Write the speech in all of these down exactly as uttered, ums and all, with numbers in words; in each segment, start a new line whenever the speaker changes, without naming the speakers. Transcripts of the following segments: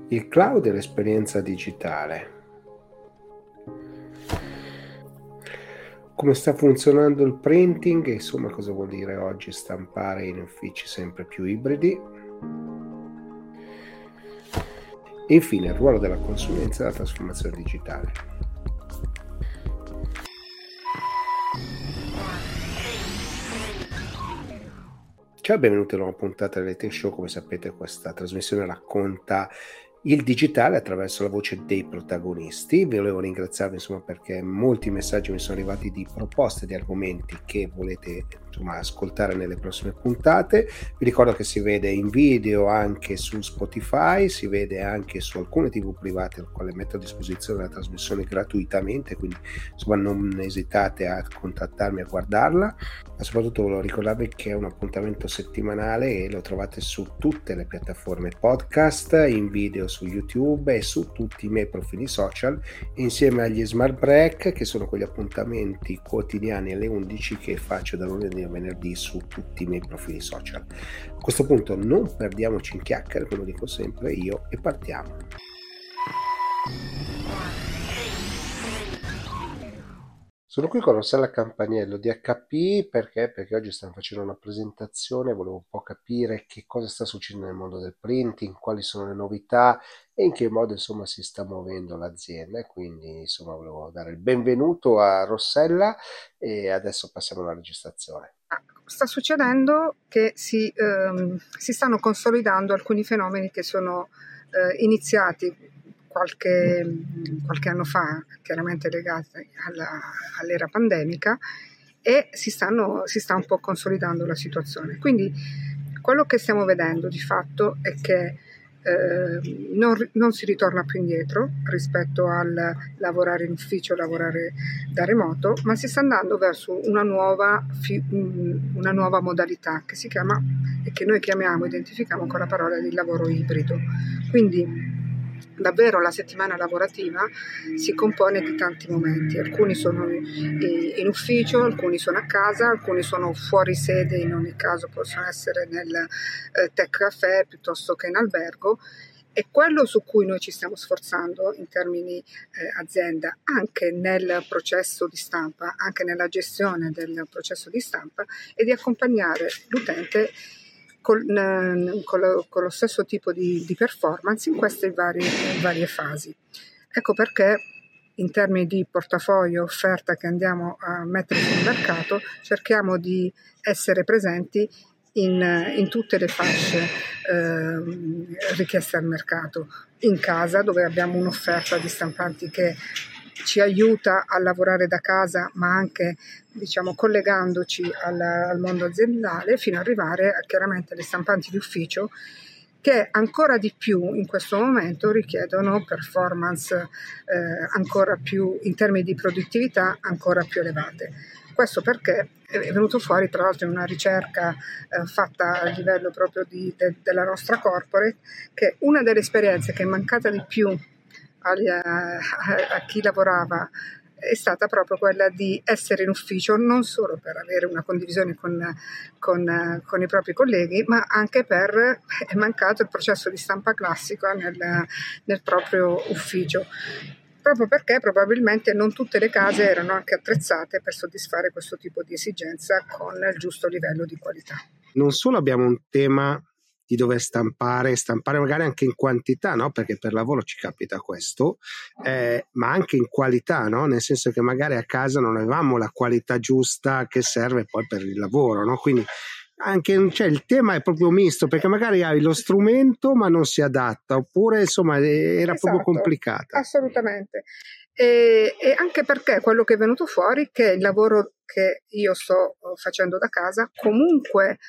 Il cloud e l'esperienza digitale. Come sta funzionando il printing e insomma cosa vuol dire oggi stampare in uffici sempre più ibridi. E infine il ruolo della consulenza e della trasformazione digitale. Ciao e benvenuti a una nuova puntata del Retail Show. Come sapete, questa trasmissione racconta il digitale attraverso la voce dei protagonisti. Vi volevo ringraziarvi insomma perché molti messaggi mi sono arrivati di proposte di argomenti che volete insomma ascoltare nelle prossime puntate. Vi ricordo che si vede in video anche su Spotify, si vede anche su alcune tv private al quale metto a disposizione la trasmissione gratuitamente, quindi insomma non esitate a contattarmi a guardarla. Ma soprattutto volevo ricordarvi che è un appuntamento settimanale e lo trovate su tutte le piattaforme podcast, in video su YouTube e su tutti i miei profili social, insieme agli Smart Break, che sono quegli appuntamenti quotidiani alle undici che faccio da lunedì a venerdì su tutti i miei profili social. A questo punto non perdiamoci in chiacchiere, come dico sempre io, e partiamo. Sono qui con Rossella Campagnello di acca pi perché? Perché oggi stiamo facendo una presentazione, volevo un po' capire che cosa sta succedendo nel mondo del printing, quali sono le novità e in che modo insomma si sta muovendo l'azienda, e quindi insomma volevo dare il benvenuto a Rossella e adesso passiamo alla registrazione.
Sta succedendo che si, ehm, si stanno consolidando alcuni fenomeni che sono eh, iniziati qualche, qualche anno fa, chiaramente legati alla, all'era pandemica, e si, stanno, si sta un po' consolidando la situazione. Quindi quello che stiamo vedendo di fatto è che eh, non, non si ritorna più indietro rispetto al lavorare in ufficio, lavorare da remoto, ma si sta andando verso una nuova, una nuova modalità che si chiama, e che noi chiamiamo, identifichiamo con la parola di lavoro ibrido. Quindi davvero la settimana lavorativa si compone di tanti momenti, alcuni sono in ufficio, alcuni sono a casa, alcuni sono fuori sede, in ogni caso possono essere nel tech caffè piuttosto che in albergo. E quello su cui noi ci stiamo sforzando in termini eh, azienda, anche nel processo di stampa, anche nella gestione del processo di stampa, è di accompagnare l'utente Con, con, lo, con lo stesso tipo di, di performance in queste varie, varie fasi. Ecco perché in termini di portafoglio, offerta che andiamo a mettere sul mercato, cerchiamo di essere presenti in, in tutte le fasce eh, richieste al mercato. In casa, dove abbiamo un'offerta di stampanti che ci aiuta a lavorare da casa, ma anche diciamo collegandoci al, al mondo aziendale, fino ad arrivare a, chiaramente alle stampanti di ufficio, che ancora di più in questo momento richiedono performance eh, ancora più, in termini di produttività, ancora più elevate. Questo perché è venuto fuori, tra l'altro, in una ricerca eh, fatta a livello proprio di, de, della nostra corporate, che una delle esperienze che è mancata di più A, a, a chi lavorava è stata proprio quella di essere in ufficio, non solo per avere una condivisione con, con, con i propri colleghi, ma anche per è mancato il processo di stampa classico nel, nel proprio ufficio, proprio perché probabilmente non tutte le case erano anche attrezzate per soddisfare questo tipo di esigenza con il giusto livello di qualità.
Non solo abbiamo un tema di dover stampare, stampare magari anche in quantità, no? Perché per lavoro ci capita questo, eh, ma anche in qualità, no? Nel senso che magari a casa non avevamo la qualità giusta che serve poi per il lavoro, no? Quindi anche cioè, il tema è proprio misto, perché magari hai lo strumento ma non si adatta, oppure insomma era
esatto,
proprio complicata.
Assolutamente. E, e anche perché quello che è venuto fuori è che il lavoro che io sto facendo da casa comunque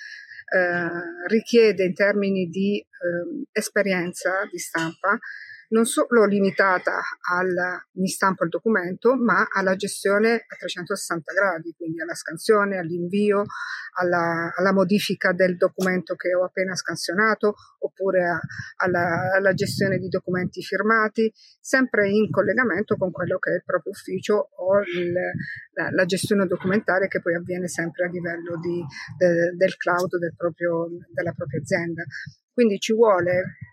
Eh, richiede in termini di eh, esperienza di stampa non solo limitata al mi stampo il documento, ma alla gestione a trecentosessanta gradi, quindi alla scansione, all'invio, alla, alla modifica del documento che ho appena scansionato, oppure a, alla, alla gestione di documenti firmati, sempre in collegamento con quello che è il proprio ufficio o il, la, la gestione documentare che poi avviene sempre a livello di, de, del cloud del proprio, della propria azienda. Quindi ci vuole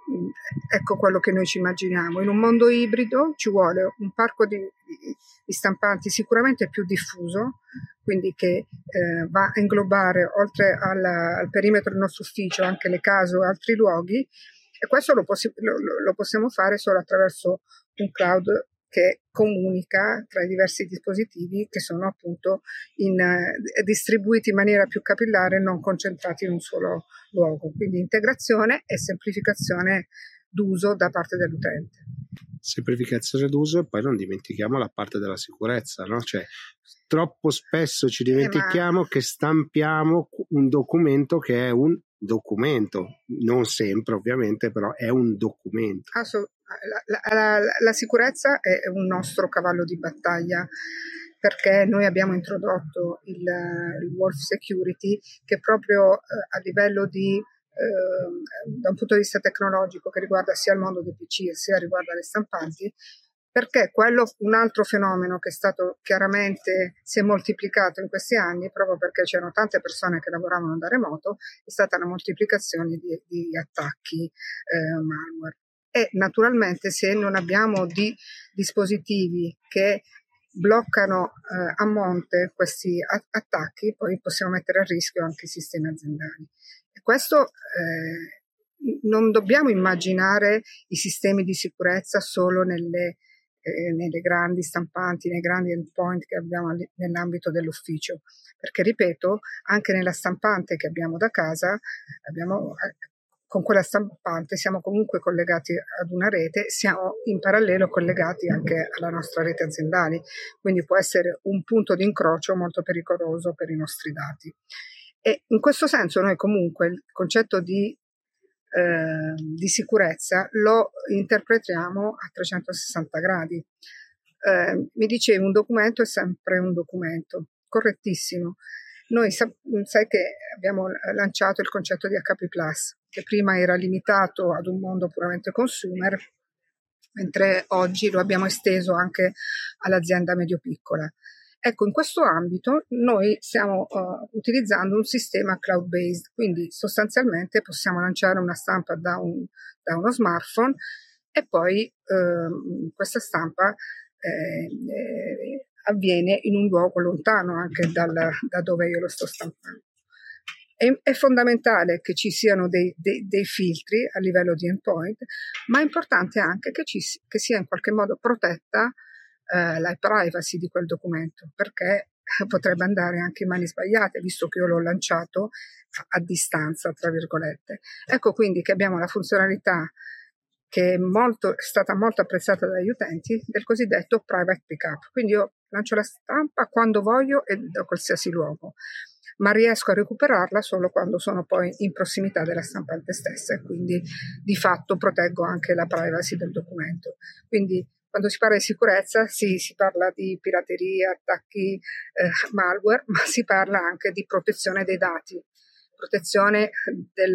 ecco quello che noi ci immaginiamo. In un mondo ibrido ci vuole un parco di, di, di stampanti sicuramente più diffuso, quindi che eh, va a inglobare oltre alla, al perimetro del nostro ufficio anche le case o altri luoghi, e questo lo, possi- lo, lo possiamo fare solo attraverso un cloud che comunica tra i diversi dispositivi che sono appunto in, eh, distribuiti in maniera più capillare e non concentrati in un solo luogo. Quindi integrazione e semplificazione d'uso da parte dell'utente.
Semplificazione d'uso, e poi non dimentichiamo la parte della sicurezza, no? Cioè, troppo spesso ci dimentichiamo eh, ma... che stampiamo un documento che è un documento, non sempre ovviamente, però è un documento.
Assolutamente. La, la, la, la sicurezza è un nostro cavallo di battaglia, perché noi abbiamo introdotto il, il Wolf Security, che proprio eh, a livello di eh, da un punto di vista tecnologico, che riguarda sia il mondo dei P C sia riguarda le stampanti, perché quello, un altro fenomeno che è stato chiaramente, si è moltiplicato in questi anni, proprio perché c'erano tante persone che lavoravano da remoto, è stata la moltiplicazione di, di attacchi eh, malware. E naturalmente se non abbiamo di dispositivi che bloccano eh, a monte questi a- attacchi, poi possiamo mettere a rischio anche i sistemi aziendali. E questo eh, non dobbiamo immaginare i sistemi di sicurezza solo nelle, eh, nelle grandi stampanti, nei grandi endpoint che abbiamo nell'ambito dell'ufficio, perché ripeto, anche nella stampante che abbiamo da casa abbiamo con quella stampante siamo comunque collegati ad una rete, siamo in parallelo collegati anche alla nostra rete aziendale, quindi può essere un punto di incrocio molto pericoloso per i nostri dati. E in questo senso noi comunque il concetto di, eh, di sicurezza lo interpretiamo a trecentosessanta gradi. Eh, mi dicevi, un documento è sempre un documento, correttissimo. Noi sa- sai che abbiamo lanciato il concetto di H P Plus, che prima era limitato ad un mondo puramente consumer, mentre oggi lo abbiamo esteso anche all'azienda medio-piccola. Ecco, in questo ambito noi stiamo uh, utilizzando un sistema cloud-based, quindi sostanzialmente possiamo lanciare una stampa da, un, da uno smartphone e poi uh, questa stampa eh, eh, avviene in un luogo lontano anche dal, da dove io lo sto stampando. È, è fondamentale che ci siano dei, dei, dei filtri a livello di endpoint, ma è importante anche che, ci, che sia in qualche modo protetta eh, la privacy di quel documento, perché potrebbe andare anche in mani sbagliate, visto che io l'ho lanciato a distanza, tra virgolette. Ecco quindi che abbiamo la funzionalità che è, molto, è stata molto apprezzata dagli utenti, del cosiddetto private pickup. Quindi io lancio la stampa quando voglio e da qualsiasi luogo, ma riesco a recuperarla solo quando sono poi in prossimità della stampante stessa, e quindi di fatto proteggo anche la privacy del documento. Quindi quando si parla di sicurezza, sì, si parla di pirateria, attacchi, eh, malware, ma si parla anche di protezione dei dati, protezione del,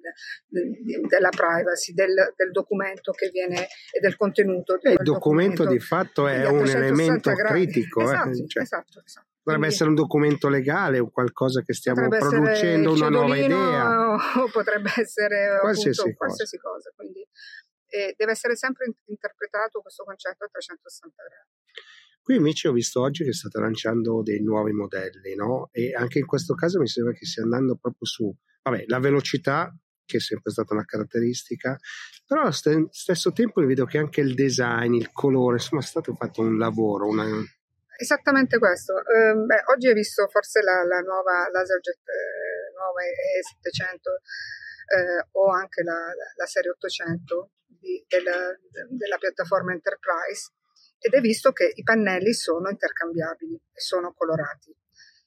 de, della privacy, del, del documento che viene e del contenuto.
Di il documento, documento di fatto è un elemento gradi. critico.
Esatto,
eh? cioè,
esatto, esatto.
Potrebbe essere un documento legale o qualcosa che stiamo producendo, una nuova idea.
O potrebbe essere
qualsiasi,
appunto,
cosa.
qualsiasi cosa. Quindi eh, deve essere sempre interpretato questo concetto a trecentosessanta gradi.
Qui invece ho visto oggi che state lanciando dei nuovi modelli, no? E anche in questo caso mi sembra che stia andando proprio su, vabbè, la velocità, che è sempre stata una caratteristica, però allo st- stesso tempo vedo che anche il design, il colore, insomma è stato fatto un lavoro, una...
Esattamente questo. Uh, beh, oggi hai visto forse la, la nuova LaserJet eh, nuova E settecento eh, o anche la, la, la serie ottocento di, della, della piattaforma Enterprise, ed hai visto che i pannelli sono intercambiabili e sono colorati.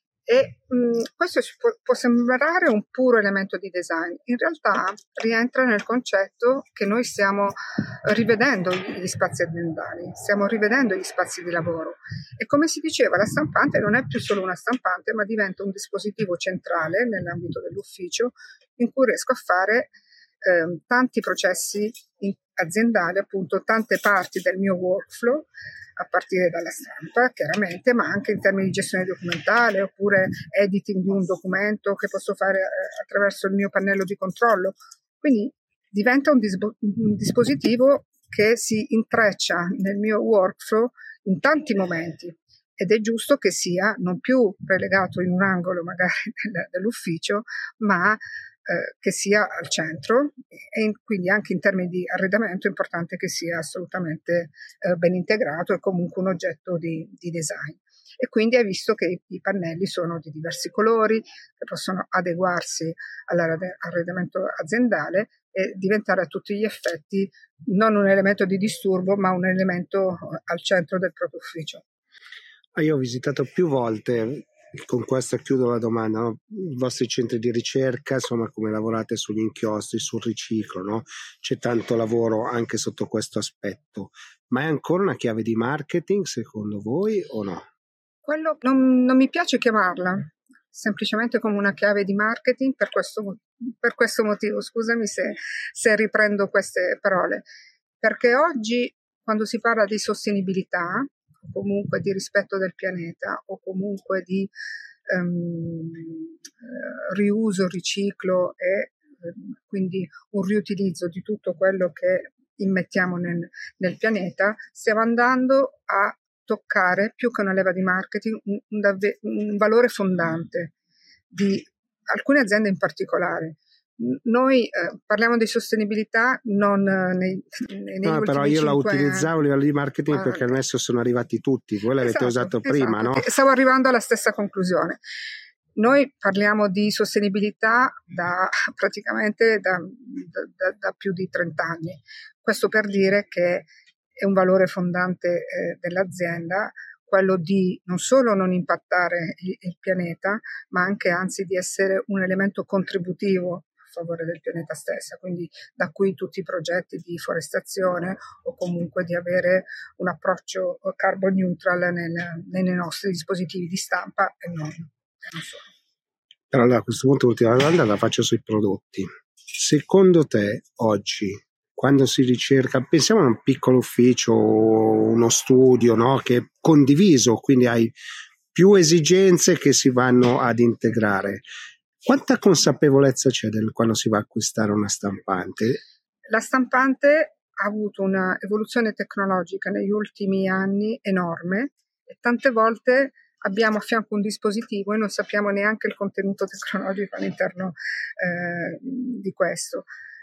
E mh, questo può, può sembrare un puro elemento di design, in realtà rientra nel concetto che noi stiamo rivedendo gli spazi aziendali, stiamo rivedendo gli spazi di lavoro, e come si diceva la stampante non è più solo una stampante, ma diventa un dispositivo centrale nell'ambito dell'ufficio in cui riesco a fare eh, tanti processi aziendali, appunto tante parti del mio workflow, a partire dalla stampa chiaramente, ma anche in termini di gestione documentale oppure editing di un documento che posso fare eh, attraverso il mio pannello di controllo. Quindi diventa un, disbo- un dispositivo che si intreccia nel mio workflow in tanti momenti, ed è giusto che sia non più relegato in un angolo magari dell'ufficio, ma eh, che sia al centro, e in, quindi anche in termini di arredamento è importante che sia assolutamente eh, ben integrato e comunque un oggetto di, di design. E quindi hai visto che i, i pannelli sono di diversi colori, che possono adeguarsi all'arredamento aziendale e diventare a tutti gli effetti non un elemento di disturbo, ma un elemento al centro del proprio ufficio.
Io ho visitato più volte, con questo chiudo la domanda, no? I vostri centri di ricerca, insomma, come lavorate sugli inchiostri, sul riciclo, no? C'è tanto lavoro anche sotto questo aspetto, ma è ancora una chiave di marketing secondo voi o no?
Quello non, non mi piace chiamarla semplicemente come una chiave di marketing per questo, per questo motivo, scusami se, se riprendo queste parole, perché oggi quando si parla di sostenibilità, o comunque di rispetto del pianeta, o comunque di um, riuso, riciclo e um, quindi un riutilizzo di tutto quello che immettiamo nel, nel pianeta, stiamo andando a toccare, più che una leva di marketing, un, un, davvero, un valore fondante di alcune aziende in particolare. Noi eh, parliamo di sostenibilità non eh, nei, nei
no, però io la utilizzavo a livello di marketing
ah,
perché adesso sono arrivati tutti, voi l'avete
esatto,
usato
esatto.
prima, no?
Stavo arrivando alla stessa conclusione. Noi parliamo di sostenibilità da praticamente da, da, da più di trenta anni. Questo per dire che è un valore fondante eh, dell'azienda, quello di non solo non impattare il, il pianeta, ma anche anzi di essere un elemento contributivo a favore del pianeta stesso, quindi da qui tutti i progetti di forestazione o comunque di avere un approccio carbon neutral nel, nei nostri dispositivi di stampa e non, e non solo.
Però allora a questo punto l'ultima domanda la faccio sui prodotti. Secondo te oggi, quando si ricerca, pensiamo a un piccolo ufficio, uno studio, no, che è condiviso, quindi hai più esigenze che si vanno ad integrare. Quanta consapevolezza c'è del, quando si va a acquistare una stampante?
La stampante ha avuto una evoluzione tecnologica negli ultimi anni enorme e tante volte abbiamo a fianco un dispositivo e non sappiamo neanche il contenuto tecnologico all'interno eh, di questo.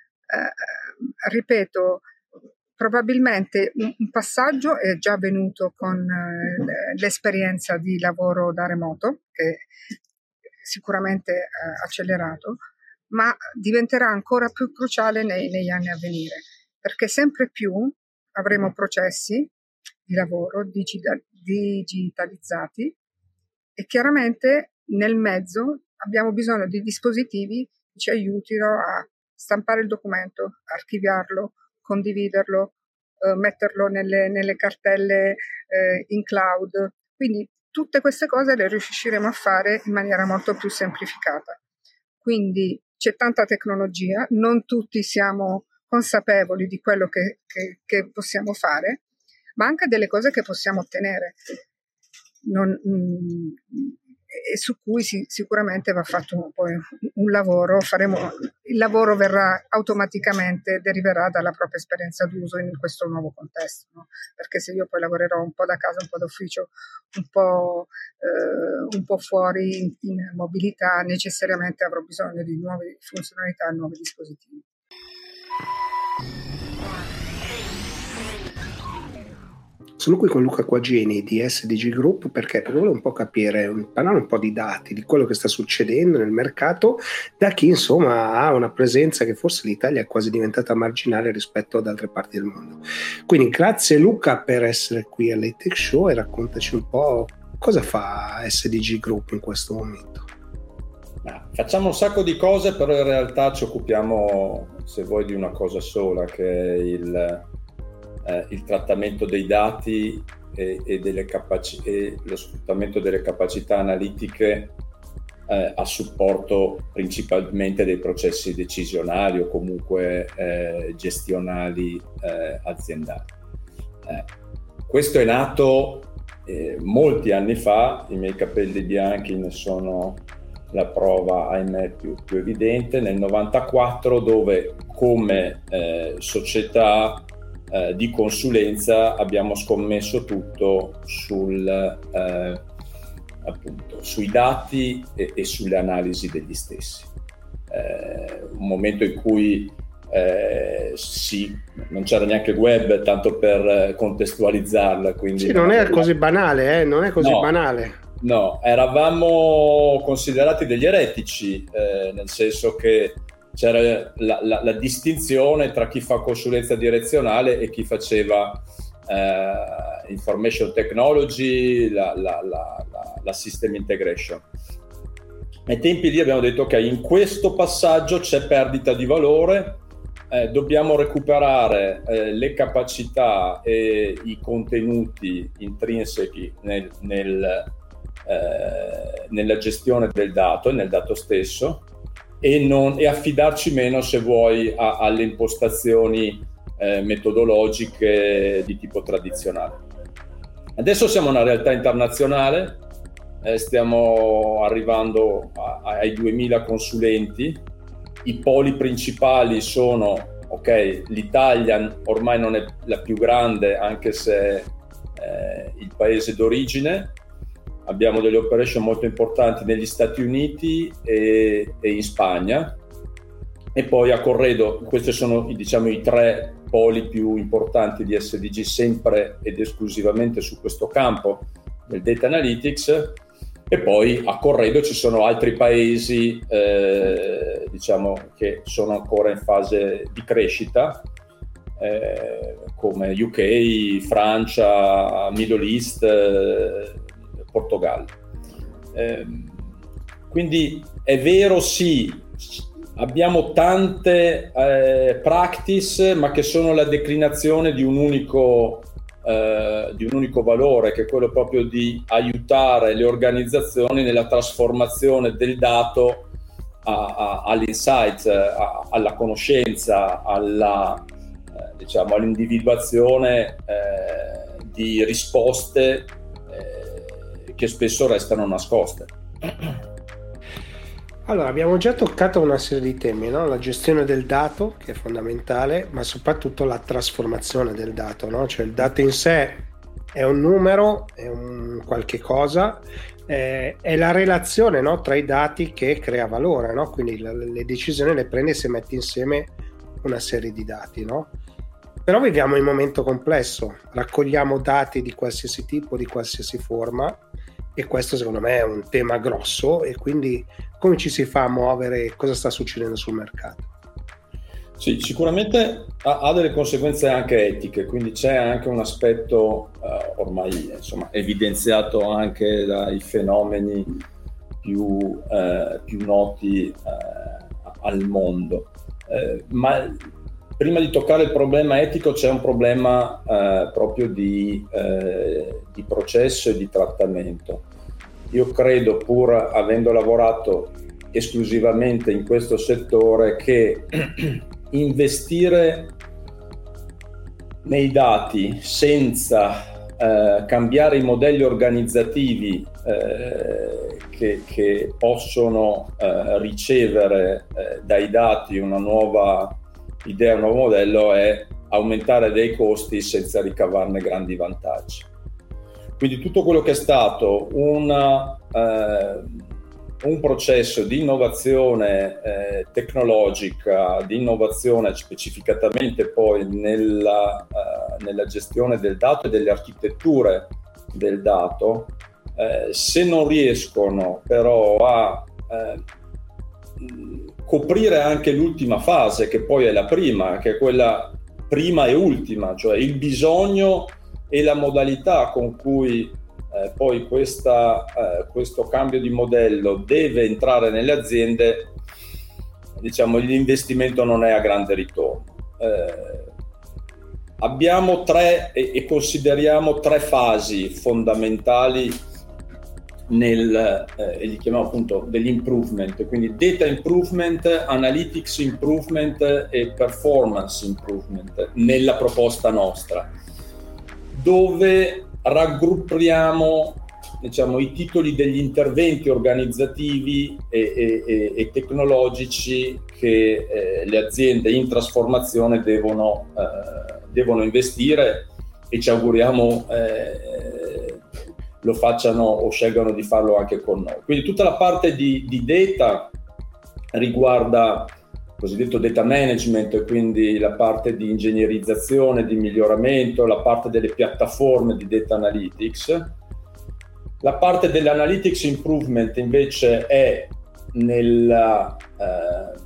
Eh, ripeto, probabilmente un, un passaggio è già avvenuto con eh, l'esperienza di lavoro da remoto, che sicuramente eh, accelerato, ma diventerà ancora più cruciale nei, negli anni a venire, perché sempre più avremo processi di lavoro digital, digitalizzati e chiaramente nel mezzo abbiamo bisogno di dispositivi che ci aiutino a stampare il documento, archiviarlo, condividerlo, eh, metterlo nelle, nelle cartelle eh, in cloud. Quindi tutte queste cose le riusciremo a fare in maniera molto più semplificata. Quindi c'è tanta tecnologia, non tutti siamo consapevoli di quello che, che, che possiamo fare, ma anche delle cose che possiamo ottenere. Non, mh, e su cui si, sicuramente va fatto poi un lavoro, faremo, il lavoro verrà automaticamente, deriverà dalla propria esperienza d'uso in questo nuovo contesto, no? Perché se io poi lavorerò un po' da casa, un po' d'ufficio, un po', eh, un po' fuori in, in mobilità, necessariamente avrò bisogno di nuove funzionalità, nuovi dispositivi.
Sono qui con Luca Quagini di S D G Group perché, perché volevo un po' capire, parlare un po' di dati, di quello che sta succedendo nel mercato da chi insomma ha una presenza che forse l'Italia è quasi diventata marginale rispetto ad altre parti del mondo. Quindi grazie Luca per essere qui all'E-Tech Show e raccontaci un po' cosa fa S D G Group in questo momento.
Ma facciamo un sacco di cose, però in realtà ci occupiamo, se vuoi, di una cosa sola, che è il Eh, il trattamento dei dati e, e, delle capaci- e lo sfruttamento delle capacità analitiche eh, a supporto principalmente dei processi decisionali o comunque eh, gestionali eh, aziendali. Eh, questo è nato eh, molti anni fa, i miei capelli bianchi ne sono la prova, ahimè, più, più evidente, nel novantaquattro, dove come eh, società eh, di consulenza abbiamo scommesso tutto sul, eh, appunto, sui dati e, e sulle analisi degli stessi. Eh, un momento in cui eh, sì, non c'era neanche il web, tanto per contestualizzarla, quindi
sì, non è così banale, eh? non è così
no,
banale.
No, eravamo considerati degli eretici, eh, nel senso che c'era la, la, la distinzione tra chi fa consulenza direzionale e chi faceva eh, information technology, la, la, la, la, la system integration. Ai tempi lì abbiamo detto ok, in questo passaggio c'è perdita di valore, eh, dobbiamo recuperare eh, le capacità e i contenuti intrinseci nel, nel, eh, nella gestione del dato e nel dato stesso e, non, e affidarci meno, se vuoi, a, alle impostazioni eh, metodologiche di tipo tradizionale. Adesso siamo una realtà internazionale. Eh, stiamo arrivando a, ai duemila consulenti, i poli principali sono, ok, l'Italia ormai non è la più grande anche se è eh, il paese d'origine, abbiamo delle operation molto importanti negli Stati Uniti e, e in Spagna e poi a Corredo. Questi sono diciamo i tre poli più importanti di S D G, sempre ed esclusivamente su questo campo del data analytics. E poi a Corredo ci sono altri paesi eh, diciamo che sono ancora in fase di crescita, eh, come U K, Francia, Middle East, eh, Portogallo. Eh, quindi è vero, sì, abbiamo tante eh, practice, ma che sono la declinazione di un unico Uh, di un unico valore, che è quello proprio di aiutare le organizzazioni nella trasformazione del dato a, a, all'insight, a, alla conoscenza, alla, eh, diciamo, all'individuazione eh, di risposte eh, che spesso restano nascoste.
Allora, abbiamo già toccato una serie di temi, no? La gestione del dato, che è fondamentale, ma soprattutto la trasformazione del dato, no? Cioè il dato in sé è un numero, è un qualche cosa, eh, è la relazione, no? Tra i dati che crea valore, no? Quindi la, le decisioni le prende se mette insieme una serie di dati, no? Però viviamo in un momento complesso, raccogliamo dati di qualsiasi tipo, di qualsiasi forma, e questo secondo me è un tema grosso, e quindi come ci si fa a muovere, cosa sta succedendo sul mercato?
Sì, sicuramente ha, ha delle conseguenze anche etiche, quindi c'è anche un aspetto eh, ormai insomma evidenziato anche dai fenomeni più, eh, più noti eh, al mondo, eh, ma prima di toccare il problema etico c'è un problema eh, proprio di, eh, di processo e di trattamento. Io credo, pur avendo lavorato esclusivamente in questo settore, che investire nei dati senza eh, cambiare i modelli organizzativi eh, che, che possono eh, ricevere eh, dai dati una nuova idea, un nuovo modello, è aumentare dei costi senza ricavarne grandi vantaggi. Quindi tutto quello che è stato una, eh, un processo di innovazione eh, tecnologica, di innovazione specificatamente poi nella, eh, nella gestione del dato e delle architetture del dato, eh, se non riescono però a eh, coprire anche l'ultima fase, che poi è la prima, che è quella prima e ultima, cioè il bisogno e la modalità con cui eh, poi questa, eh, questo cambio di modello deve entrare nelle aziende, diciamo l'investimento non è a grande ritorno. Eh, abbiamo tre e, e consideriamo tre fasi fondamentali nel, eh, e li chiamiamo appunto degli improvement, quindi data improvement, analytics improvement e performance improvement nella proposta nostra, dove raggruppiamo diciamo, i titoli degli interventi organizzativi e, e, e tecnologici che eh, le aziende in trasformazione devono, eh, devono investire, e ci auguriamo eh, lo facciano o scelgano di farlo anche con noi. Quindi tutta la parte di, di data riguarda il cosiddetto data management, quindi la parte di ingegnerizzazione, di miglioramento, la parte delle piattaforme di data analytics. La parte dell'analytics improvement invece è nella eh,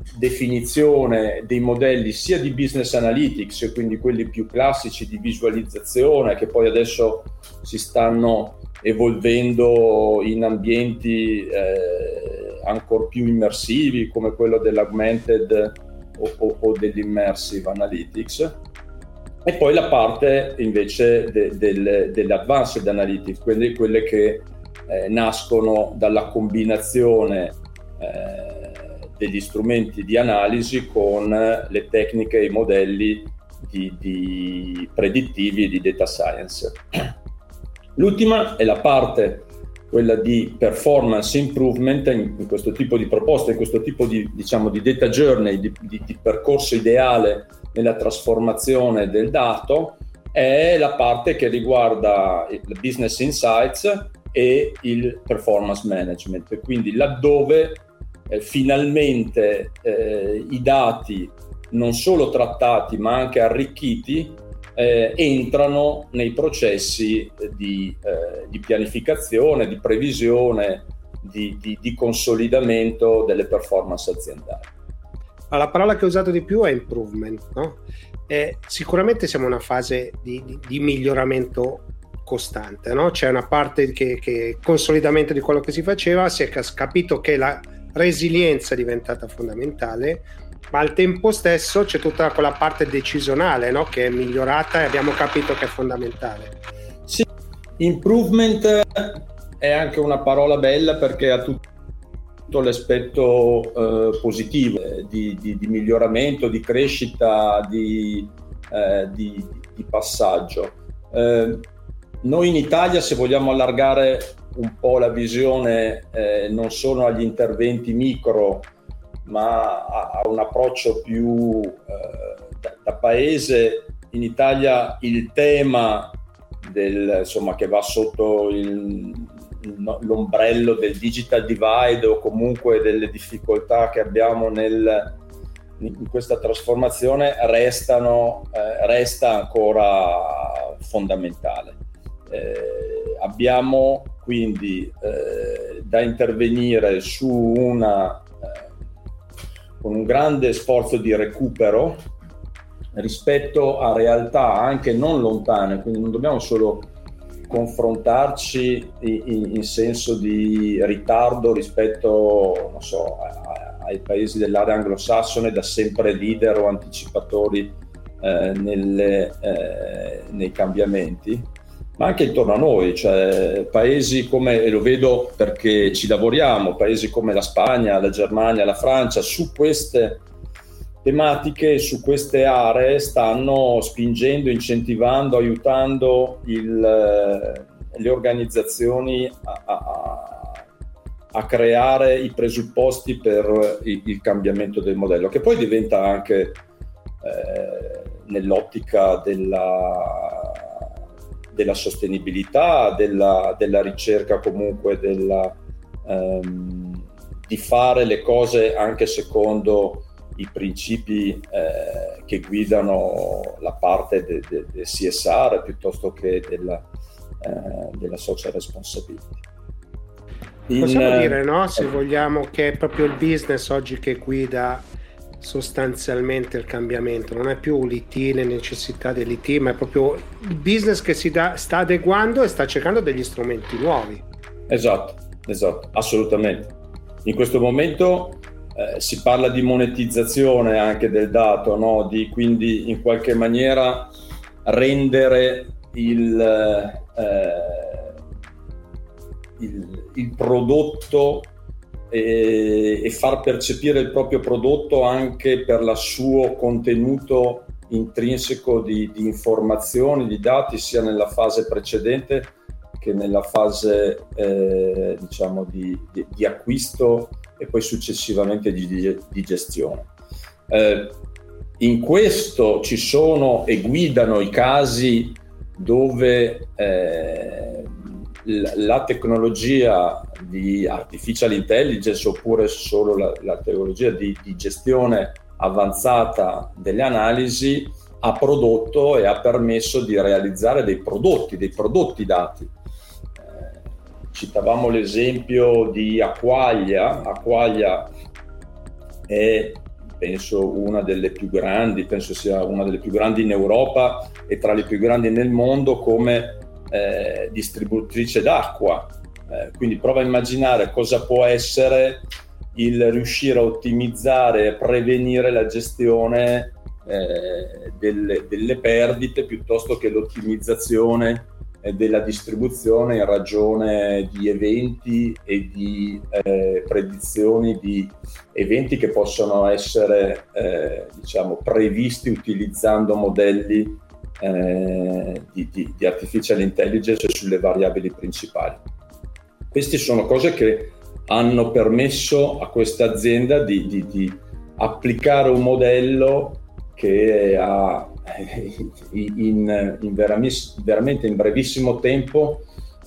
definizione dei modelli sia di business analytics, quindi quelli più classici di visualizzazione, che poi adesso si stanno evolvendo in ambienti eh, ancora più immersivi come quello dell'augmented o, o, o dell'immersive analytics. E poi la parte invece de, de, dell'advanced analytics, quindi quelle che eh, nascono dalla combinazione eh, degli strumenti di analisi con le tecniche e i modelli di, di predittivi e di data science. L'ultima è la parte, quella di performance improvement, in, in questo tipo di proposta, in questo tipo di, diciamo, di data journey, di, di, di percorso ideale nella trasformazione del dato, è la parte che riguarda il business insights e il performance management, quindi laddove eh, finalmente eh, i dati non solo trattati ma anche arricchiti eh, entrano nei processi di, eh, di pianificazione, di previsione, di, di, di consolidamento delle performance aziendali.
La parola che ho usato di più è improvement, no? E sicuramente siamo in una fase di, di, di miglioramento costante, no? C'è una parte che, che consolidamento di quello che si faceva, si è capito che la resilienza è diventata fondamentale, ma al tempo stesso c'è tutta quella parte decisionale, no? Che è migliorata e abbiamo capito che è fondamentale.
Sì, improvement è anche una parola bella perché ha tutto l'aspetto eh, positivo eh, di, di, di miglioramento, di crescita, di, eh, di, di passaggio. Eh, noi in Italia, se vogliamo allargare un po' la visione, eh, non sono agli interventi micro, ma a, a un approccio più eh, da, da paese. In Italia il tema del, insomma, che va sotto il l'ombrello del digital divide o comunque delle difficoltà che abbiamo nel, in questa trasformazione restano, eh, resta ancora fondamentale. Eh, abbiamo quindi eh, da intervenire su una eh, con un grande sforzo di recupero rispetto a realtà anche non lontane, quindi non dobbiamo solo confrontarci in, in senso di ritardo rispetto, non so, a, ai paesi dell'area anglosassone, da sempre leader o anticipatori eh, nelle, eh, nei cambiamenti, ma anche intorno a noi, cioè paesi come, e lo vedo perché ci lavoriamo, paesi come la Spagna, la Germania, la Francia, su queste tematiche, su queste aree stanno spingendo, incentivando, aiutando il, le organizzazioni a, a, a creare i presupposti per il, il cambiamento del modello, che poi diventa anche eh, nell'ottica della, della sostenibilità, della, della ricerca comunque della, ehm, di fare le cose anche secondo i principi eh, che guidano la parte del de, de C S R piuttosto che della, eh, della social responsibility.
In, Possiamo dire, no, se eh, vogliamo, che è proprio il business oggi che guida sostanzialmente il cambiamento, non è più l'I T, le necessità dell'I T, ma è proprio il business che si da, sta adeguando e sta cercando degli strumenti nuovi.
Esatto, esatto, assolutamente. In questo momento Eh, si parla di monetizzazione anche del dato, no? Di quindi in qualche maniera rendere il, eh, il, il prodotto e, e far percepire il proprio prodotto anche per il suo contenuto intrinseco di, di informazioni, di dati, sia nella fase precedente che nella fase eh, diciamo di, di, di acquisto e poi successivamente di, di, di gestione. Eh, in questo ci sono e guidano i casi dove eh, la tecnologia di artificial intelligence oppure solo la, la tecnologia di, di gestione avanzata delle analisi ha prodotto e ha permesso di realizzare dei prodotti, dei prodotti dati. Eh, citavamo l'esempio di Aqualia. Aqualia è, penso, una delle più grandi, penso sia una delle più grandi in Europa e tra le più grandi nel mondo come eh, distributrice d'acqua. Eh, quindi prova a immaginare cosa può essere il riuscire a ottimizzare e prevenire la gestione eh, delle, delle perdite piuttosto che l'ottimizzazione eh, della distribuzione in ragione di eventi e di eh, predizioni di eventi che possono essere eh, diciamo previsti utilizzando modelli eh, di, di, di artificial intelligence sulle variabili principali. Queste sono cose che hanno permesso a questa azienda di, di, di applicare un modello che ha in, in veramis, veramente in brevissimo tempo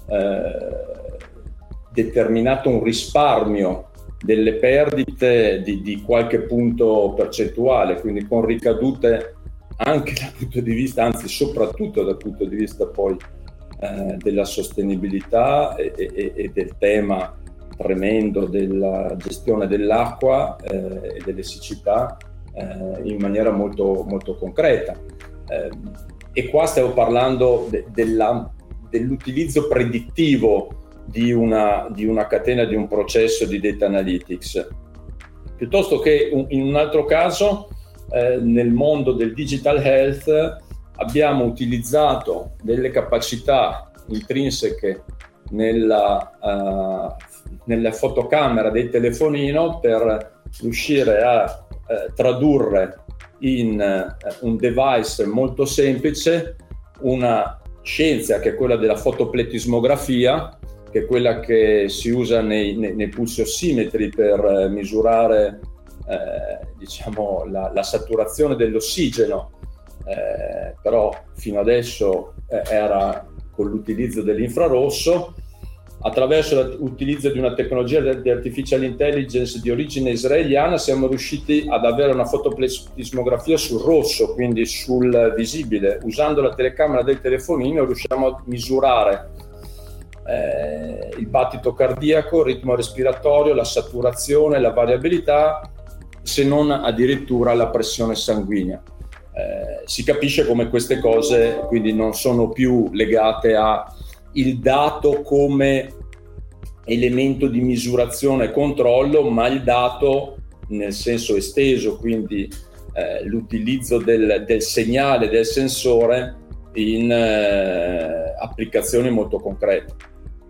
eh, determinato un risparmio delle perdite di, di qualche punto percentuale, quindi con ricadute anche dal punto di vista, anzi soprattutto dal punto di vista poi eh, della sostenibilità e, e, e del tema tremendo della gestione dell'acqua eh, e delle siccità eh, in maniera molto, molto concreta. Eh, e qua stiamo parlando de, della, dell'utilizzo predittivo di una, di una catena, di un processo di data analytics, piuttosto che un, in un altro caso eh, nel mondo del digital health abbiamo utilizzato delle capacità intrinseche nella uh, nella fotocamera del telefonino per riuscire a eh, tradurre in eh, un device molto semplice una scienza che è quella della fotopletismografia, che è quella che si usa nei, nei, nei pulsiossimetri per eh, misurare eh, diciamo la, la saturazione dell'ossigeno, eh, però fino adesso eh, era con l'utilizzo dell'infrarosso. Attraverso l'utilizzo di una tecnologia di artificial intelligence di origine israeliana siamo riusciti ad avere una fotopletismografia sul rosso, quindi sul visibile. Usando la telecamera del telefonino riusciamo a misurare eh, il battito cardiaco, il ritmo respiratorio, la saturazione, la variabilità, se non addirittura la pressione sanguigna. Eh, si capisce come queste cose quindi non sono più legate a il dato come elemento di misurazione e controllo, ma il dato nel senso esteso, quindi eh, l'utilizzo del, del segnale del sensore in eh, applicazioni molto concrete.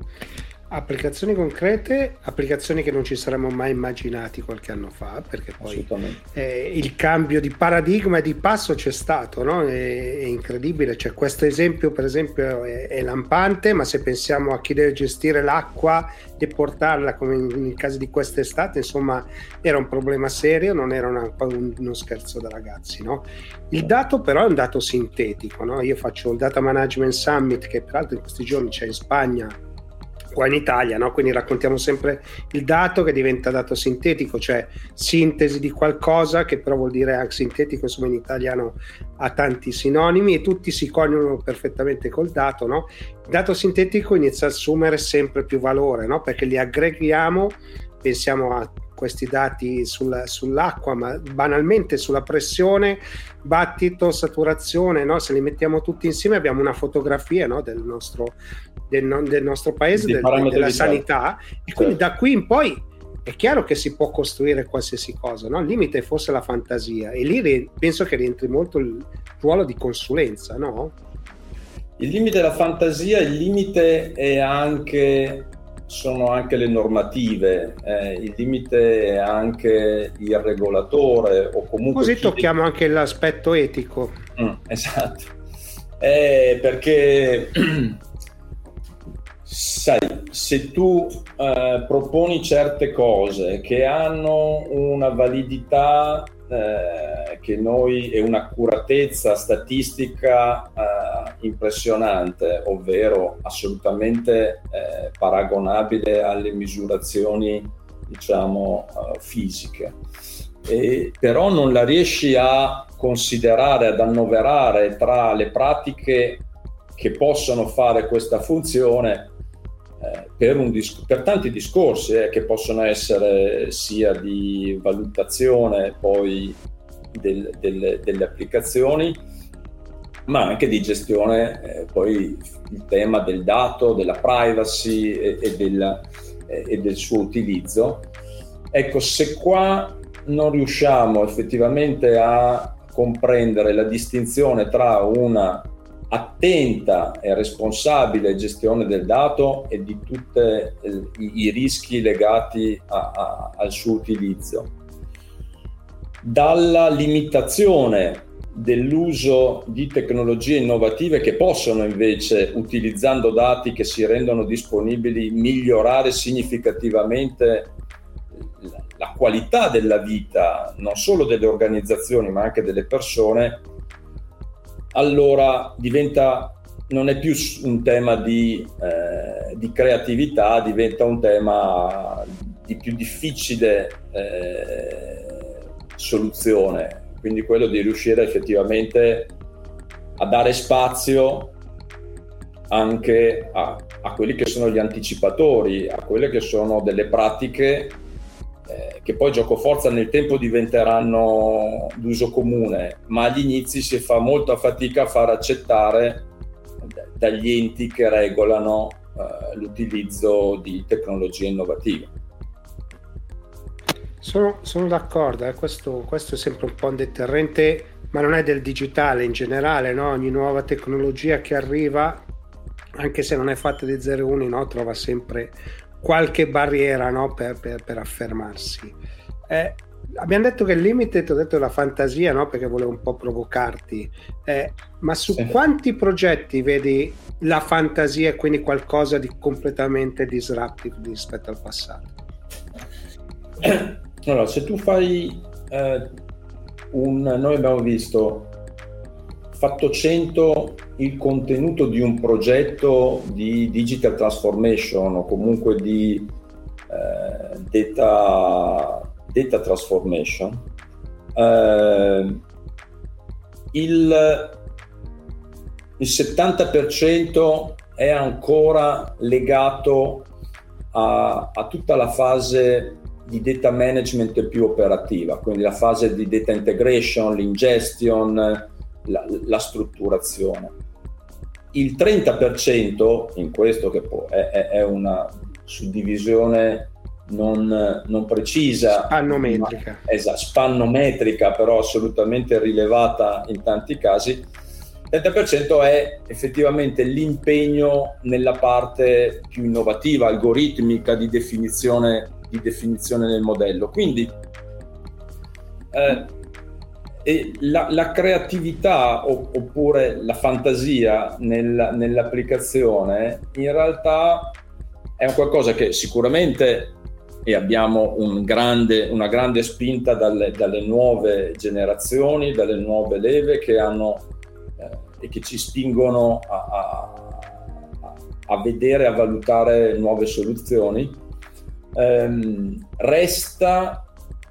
Applicazioni concrete, applicazioni che non ci saremmo mai immaginati qualche anno fa, perché poi eh, il cambio di paradigma e di passo c'è stato, no? È, è incredibile. Cioè, questo esempio per esempio è, è lampante, ma se pensiamo a chi deve gestire l'acqua e portarla, come nel caso di quest'estate, insomma era un problema serio, non era una, un, uno scherzo da ragazzi, no? Il dato però è un dato sintetico, no? Io faccio il Data Management Summit, che peraltro in questi giorni c'è in Spagna, qua in Italia, no? Quindi raccontiamo sempre il dato che diventa dato sintetico, cioè sintesi di qualcosa, che però vuol dire anche sintetico, insomma in italiano ha tanti sinonimi e tutti si coniugano perfettamente col dato, no? Il dato sintetico inizia a assumere sempre più valore, no? Perché li aggreghiamo, pensiamo a questi dati sul, sull'acqua, ma banalmente sulla pressione, battito, saturazione, no? Se li mettiamo tutti insieme abbiamo una fotografia, no? del nostro Del, del nostro paese, del, della sanità, e quindi da qui in poi è chiaro che si può costruire qualsiasi cosa, no? Il limite è forse la fantasia, e lì re, penso che rientri molto il ruolo di consulenza, no?
Il limite è la fantasia, il limite è anche sono anche le normative, eh, il limite è anche il regolatore o comunque
così tocchiamo ti... anche l'aspetto etico.
Mm, esatto, eh, perché sai, se tu eh, proponi certe cose che hanno una validità eh, che noi e un'accuratezza statistica eh, impressionante, ovvero assolutamente eh, paragonabile alle misurazioni, diciamo, eh, fisiche, e però non la riesci a considerare, ad annoverare tra le pratiche che possono fare questa funzione eh, per, un dis- per tanti discorsi eh, che possono essere sia di valutazione poi del, del, delle applicazioni, ma anche di gestione, eh, poi il tema del dato, della privacy e, e, del, eh, e del suo utilizzo. Ecco, se qua non riusciamo effettivamente a comprendere la distinzione tra una attenta e responsabile gestione del dato e di tutti i rischi legati a, a, al suo utilizzo, dalla limitazione dell'uso di tecnologie innovative che possono invece, utilizzando dati che si rendono disponibili, migliorare significativamente la qualità della vita non solo delle organizzazioni ma anche delle persone, allora diventa, non è più un tema di, eh, di creatività, diventa un tema di più difficile eh, soluzione, quindi quello di riuscire effettivamente a dare spazio anche a, a quelli che sono gli anticipatori, a quelle che sono delle pratiche eh, che poi giocoforza nel tempo diventeranno d'uso comune, ma agli inizi si fa molta fatica a far accettare dagli enti che regolano eh, l'utilizzo di tecnologie innovative.
Sono, sono d'accordo, eh. questo, questo è sempre un po' un deterrente, ma non è del digitale in generale, no? Ogni nuova tecnologia che arriva, anche se non è fatta di zero e uno, no? Trova sempre qualche barriera, no? per, per, per affermarsi. Eh, abbiamo detto che il limite, ti ho detto, è la fantasia, no? Perché volevo un po' provocarti, eh, ma su sì. Quanti progetti vedi la fantasia e quindi qualcosa di completamente disruptive rispetto al passato?
Allora, se tu fai eh, un, noi abbiamo visto fatto cento il contenuto di un progetto di digital transformation o comunque di eh, data, data transformation, eh, il, il settanta per cento è ancora legato a, a tutta la fase di data management più operativa, quindi la fase di data integration, l'ingestion, la, la strutturazione. Il trenta per cento, in questo che poi è, è una suddivisione non, non precisa,
spannometrica,
ma, esatto, spannometrica, però assolutamente rilevata in tanti casi, il trenta per cento è effettivamente l'impegno nella parte più innovativa, algoritmica, di definizione di definizione del modello. Quindi eh, e la, la creatività o, oppure la fantasia nel, nell'applicazione in realtà è un qualcosa che sicuramente, e abbiamo un grande, una grande spinta dalle, dalle nuove generazioni, dalle nuove leve che hanno eh, e che ci spingono a, a, a vedere, a valutare nuove soluzioni. Um, resta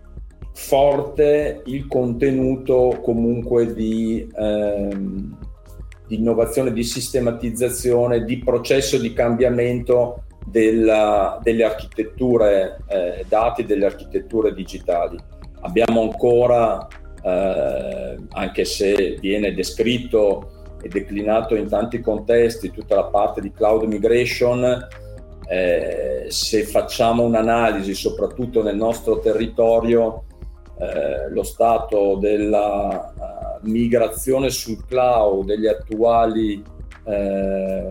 forte il contenuto comunque di, um, di innovazione, di sistematizzazione, di processo di cambiamento della, delle architetture eh, dati, delle architetture digitali. Abbiamo ancora, eh, anche se viene descritto e declinato in tanti contesti, tutta la parte di cloud migration. Eh, se facciamo un'analisi soprattutto nel nostro territorio, eh, lo stato della uh, migrazione sul cloud degli attuali eh,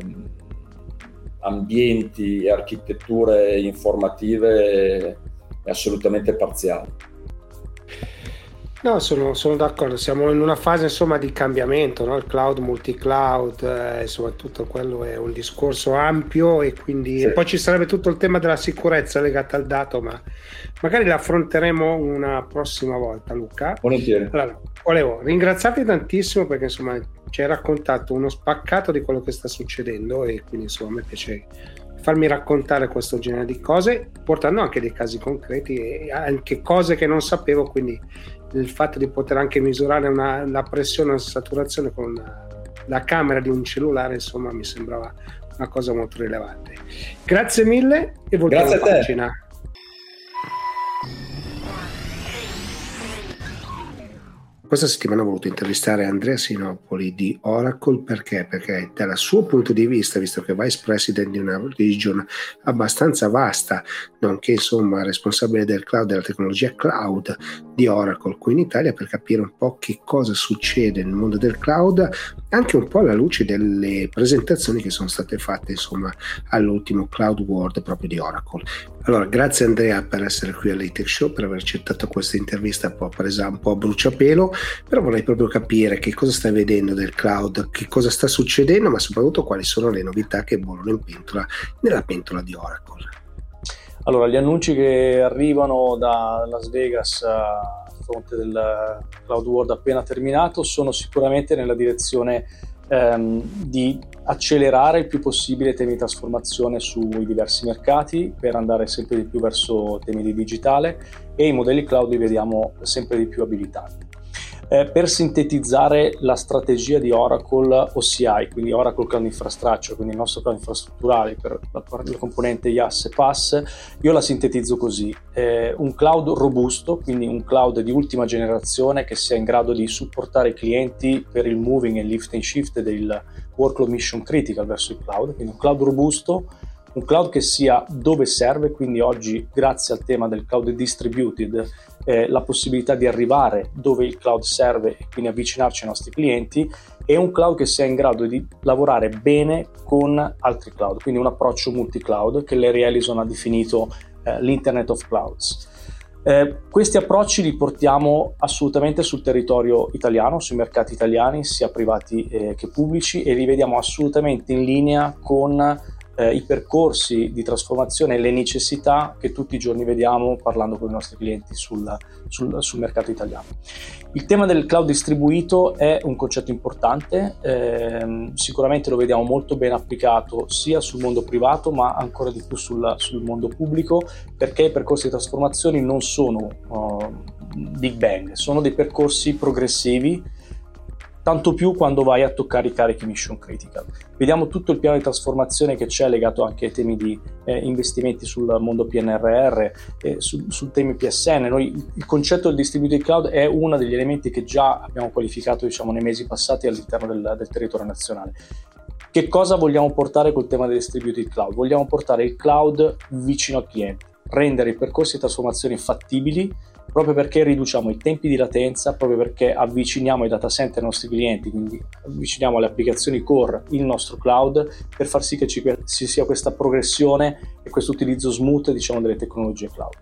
ambienti e architetture informative è assolutamente parziale.
No, sono, sono d'accordo, siamo in una fase insomma di cambiamento, no? Il cloud, multi-cloud, eh, insomma tutto quello è un discorso ampio e quindi sì. E poi ci sarebbe tutto il tema della sicurezza legato al dato, ma magari l'affronteremo una prossima volta, Luca.
Volentieri.
Allora, volevo ringraziarti tantissimo perché insomma ci hai raccontato uno spaccato di quello che sta succedendo e quindi insomma a me piace farmi raccontare questo genere di cose, portando anche dei casi concreti e anche cose che non sapevo, quindi il fatto di poter anche misurare una, la pressione e la saturazione con la, la camera di un cellulare, insomma, mi sembrava una cosa molto rilevante. Grazie mille e voltiamo
Grazie a
pagina. Questa settimana ho voluto intervistare Andrea Sinopoli di Oracle perché? Perché dal suo punto di vista, visto che è Vice President di una region abbastanza vasta, nonché insomma responsabile del cloud, della tecnologia cloud di Oracle qui in Italia, per capire un po' che cosa succede nel mondo del cloud, anche un po' alla luce delle presentazioni che sono state fatte insomma all'ultimo Cloud World proprio di Oracle. Allora, grazie Andrea per essere qui all'E-Tech Show, per aver accettato questa intervista un po' presa un po' a bruciapelo, però vorrei proprio capire che cosa stai vedendo del cloud, che cosa sta succedendo, ma soprattutto quali sono le novità che bollono in pentola nella pentola di Oracle.
Allora, gli annunci che arrivano da Las Vegas a fronte del Cloud World appena terminato sono sicuramente nella direzione ehm, di accelerare il più possibile temi di trasformazione sui diversi mercati per andare sempre di più verso temi di digitale, e i modelli cloud li vediamo sempre di più abilitanti. Eh, per sintetizzare la strategia di Oracle O C I, quindi Oracle Cloud Infrastructure, quindi il nostro cloud infrastrutturale per la, la componente I A S e P A S, io la sintetizzo così: eh, un cloud robusto, quindi un cloud di ultima generazione che sia in grado di supportare i clienti per il moving e lift and shift del workload mission critical verso il cloud, quindi un cloud robusto, un cloud che sia dove serve, quindi oggi grazie al tema del cloud distributed eh, la possibilità di arrivare dove il cloud serve e quindi avvicinarci ai nostri clienti, e un cloud che sia in grado di lavorare bene con altri cloud, quindi un approccio multi-cloud che Larry Ellison ha definito eh, l'Internet of Clouds. Eh, questi approcci li portiamo assolutamente sul territorio italiano, sui mercati italiani, sia privati eh, che pubblici, e li vediamo assolutamente in linea con Eh, i percorsi di trasformazione e le necessità che tutti i giorni vediamo parlando con i nostri clienti sul, sul, sul mercato italiano. Il tema del cloud distribuito è un concetto importante, ehm, sicuramente lo vediamo molto ben applicato sia sul mondo privato ma ancora di più sul, sul mondo pubblico, perché i percorsi di trasformazione non sono uh, Big Bang, sono dei percorsi progressivi, tanto più quando vai a toccare i carichi mission critical. Vediamo tutto il piano di trasformazione che c'è legato anche ai temi di eh, investimenti sul mondo P N R R, eh, su, sul tema P S N. Noi, il concetto del distributed cloud è uno degli elementi che già abbiamo qualificato, diciamo, nei mesi passati all'interno del, del territorio nazionale. Che cosa vogliamo portare col tema del distributed cloud? Vogliamo portare il cloud vicino al cliente, rendere i percorsi di trasformazione fattibili, proprio perché riduciamo i tempi di latenza, proprio perché avviciniamo i data center ai nostri clienti, quindi avviciniamo alle applicazioni core il nostro cloud, per far sì che ci, ci sia questa progressione e questo utilizzo smooth, diciamo, delle tecnologie cloud.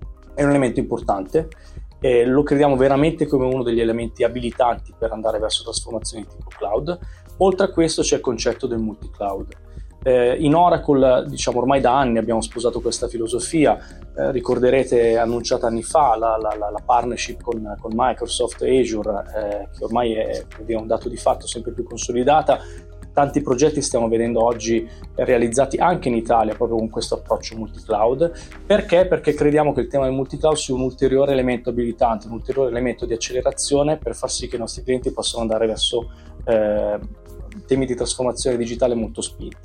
È un elemento importante e lo crediamo veramente come uno degli elementi abilitanti per andare verso trasformazioni di tipo cloud. Oltre a questo c'è il concetto del multi-cloud. Eh, in Oracle, diciamo, ormai da anni abbiamo sposato questa filosofia. Eh, ricorderete annunciata anni fa la, la, la partnership con, con Microsoft Azure, eh, che ormai è, è un dato di fatto sempre più consolidata. Tanti progetti stiamo vedendo oggi realizzati anche in Italia proprio con questo approccio multi-cloud. Perché? Perché crediamo che il tema del multi-cloud sia un ulteriore elemento abilitante, un ulteriore elemento di accelerazione per far sì che i nostri clienti possano andare verso eh, temi di trasformazione digitale molto spinti.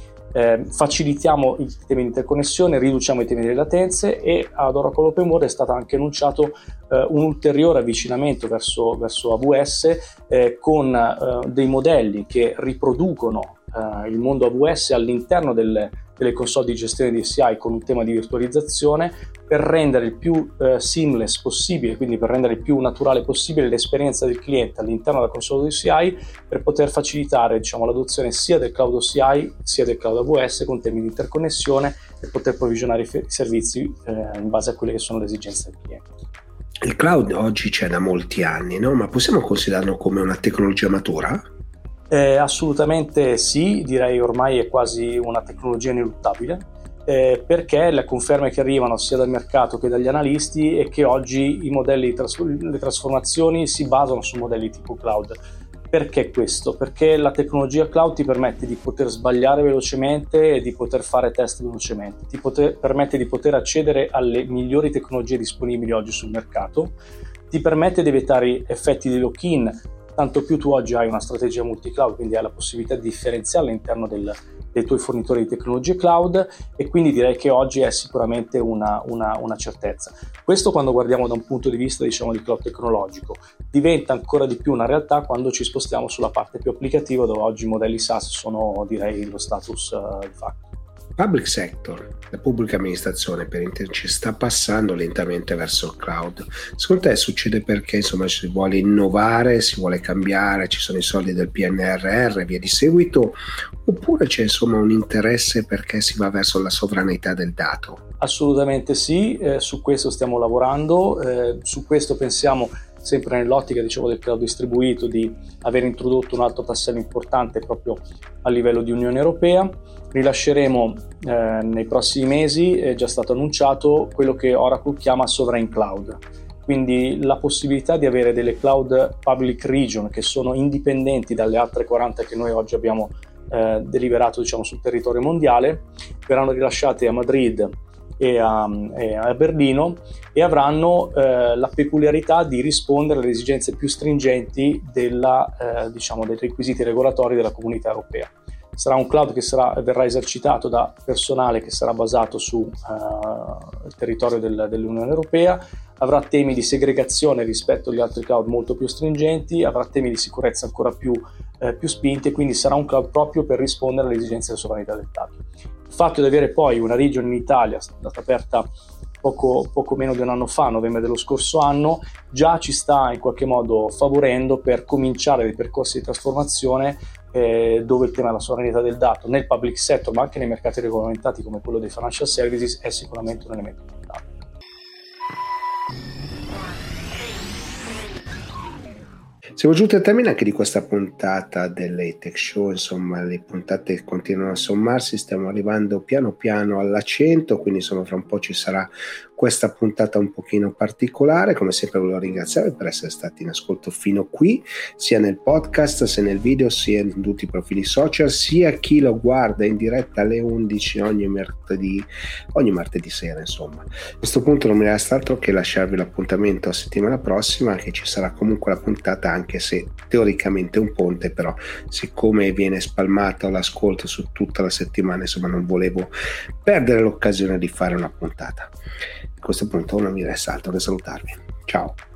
Eh, facilitiamo i temi di interconnessione, riduciamo i temi delle latenze, e ad Oracle Open World è stato anche annunciato eh, un ulteriore avvicinamento verso, verso A W S eh, con eh, dei modelli che riproducono eh, il mondo A W S all'interno delle, delle console di gestione di A C I con un tema di virtualizzazione, per rendere il più eh, seamless possibile, quindi per rendere il più naturale possibile l'esperienza del cliente all'interno della console di A C I, per poter facilitare, diciamo, l'adozione sia del cloud O C I sia del cloud A W S con temi di interconnessione, e poter provvigionare i, f- i servizi eh, in base a quelle che sono le esigenze del cliente.
il cloud oggi c'è da molti anni, no? Ma possiamo considerarlo come una tecnologia matura?
Eh, assolutamente sì, direi ormai è quasi una tecnologia ineluttabile, eh, perché le conferme che arrivano sia dal mercato che dagli analisti è che oggi i modelli di tras- le trasformazioni si basano su modelli tipo cloud. Perché questo? Perché la tecnologia cloud ti permette di poter sbagliare velocemente e di poter fare test velocemente, ti poter, permette di poter accedere alle migliori tecnologie disponibili oggi sul mercato, ti permette di evitare effetti di lock-in, tanto più tu oggi hai una strategia multi-cloud, quindi hai la possibilità di differenziare all'interno del, dei tuoi fornitori di tecnologie cloud, e quindi direi che oggi è sicuramente una, una, una certezza. Questo quando guardiamo da un punto di vista, diciamo, di cloud tecnologico. Diventa ancora di più una realtà quando ci spostiamo sulla parte più applicativa, dove oggi i modelli SaaS sono, direi, lo status uh, di fatto.
Public sector, la pubblica amministrazione per intenderci, sta passando lentamente verso il cloud. Secondo te succede perché insomma si vuole innovare, si vuole cambiare, ci sono i soldi del P N R R e via di seguito, oppure c'è insomma un interesse perché si va verso la sovranità del dato?
Assolutamente sì, eh, su questo stiamo lavorando, eh, su questo pensiamo sempre nell'ottica, diciamo, del cloud distribuito, di aver introdotto un altro tassello importante proprio a livello di Unione Europea. Rilasceremo eh, nei prossimi mesi, è già stato annunciato, quello che Oracle chiama Sovereign Cloud, quindi la possibilità di avere delle cloud public region che sono indipendenti dalle altre quaranta che noi oggi abbiamo eh, deliberato, diciamo, sul territorio mondiale. Verranno rilasciate a Madrid e a, e a Berlino e avranno eh, la peculiarità di rispondere alle esigenze più stringenti della, eh, diciamo, dei requisiti regolatori della Comunità Europea. Sarà un cloud che sarà, verrà esercitato da personale che sarà basato sul uh, territorio del, dell'Unione Europea, avrà temi di segregazione rispetto agli altri cloud molto più stringenti, avrà temi di sicurezza ancora più, eh, più spinti, e quindi sarà un cloud proprio per rispondere alle esigenze della sovranità del dato. Il fatto di avere poi una region in Italia, stata aperta poco, poco meno di un anno fa, novembre dello scorso anno, già ci sta in qualche modo favorendo per cominciare dei percorsi di trasformazione eh, dove il tema della sovranità del dato nel public sector, ma anche nei mercati regolamentati come quello dei financial services, è sicuramente un elemento importante.
Siamo giunti al termine anche di questa puntata dell'A-Tech Show, insomma le puntate continuano a sommarsi, stiamo arrivando piano piano alla cento, quindi insomma fra un po' ci sarà questa puntata un pochino particolare. Come sempre volevo ringraziarvi per essere stati in ascolto fino qui, sia nel podcast, sia nel video, sia in tutti i profili social, sia chi lo guarda in diretta alle undici ogni martedì, ogni martedì sera. Insomma, a questo punto non mi resta altro che lasciarvi l'appuntamento a settimana prossima, che ci sarà comunque la puntata, anche se teoricamente è un ponte, però siccome viene spalmato l'ascolto su tutta la settimana, insomma non volevo perdere l'occasione di fare una puntata. A questo punto non mi resta altro che salutarvi. Ciao.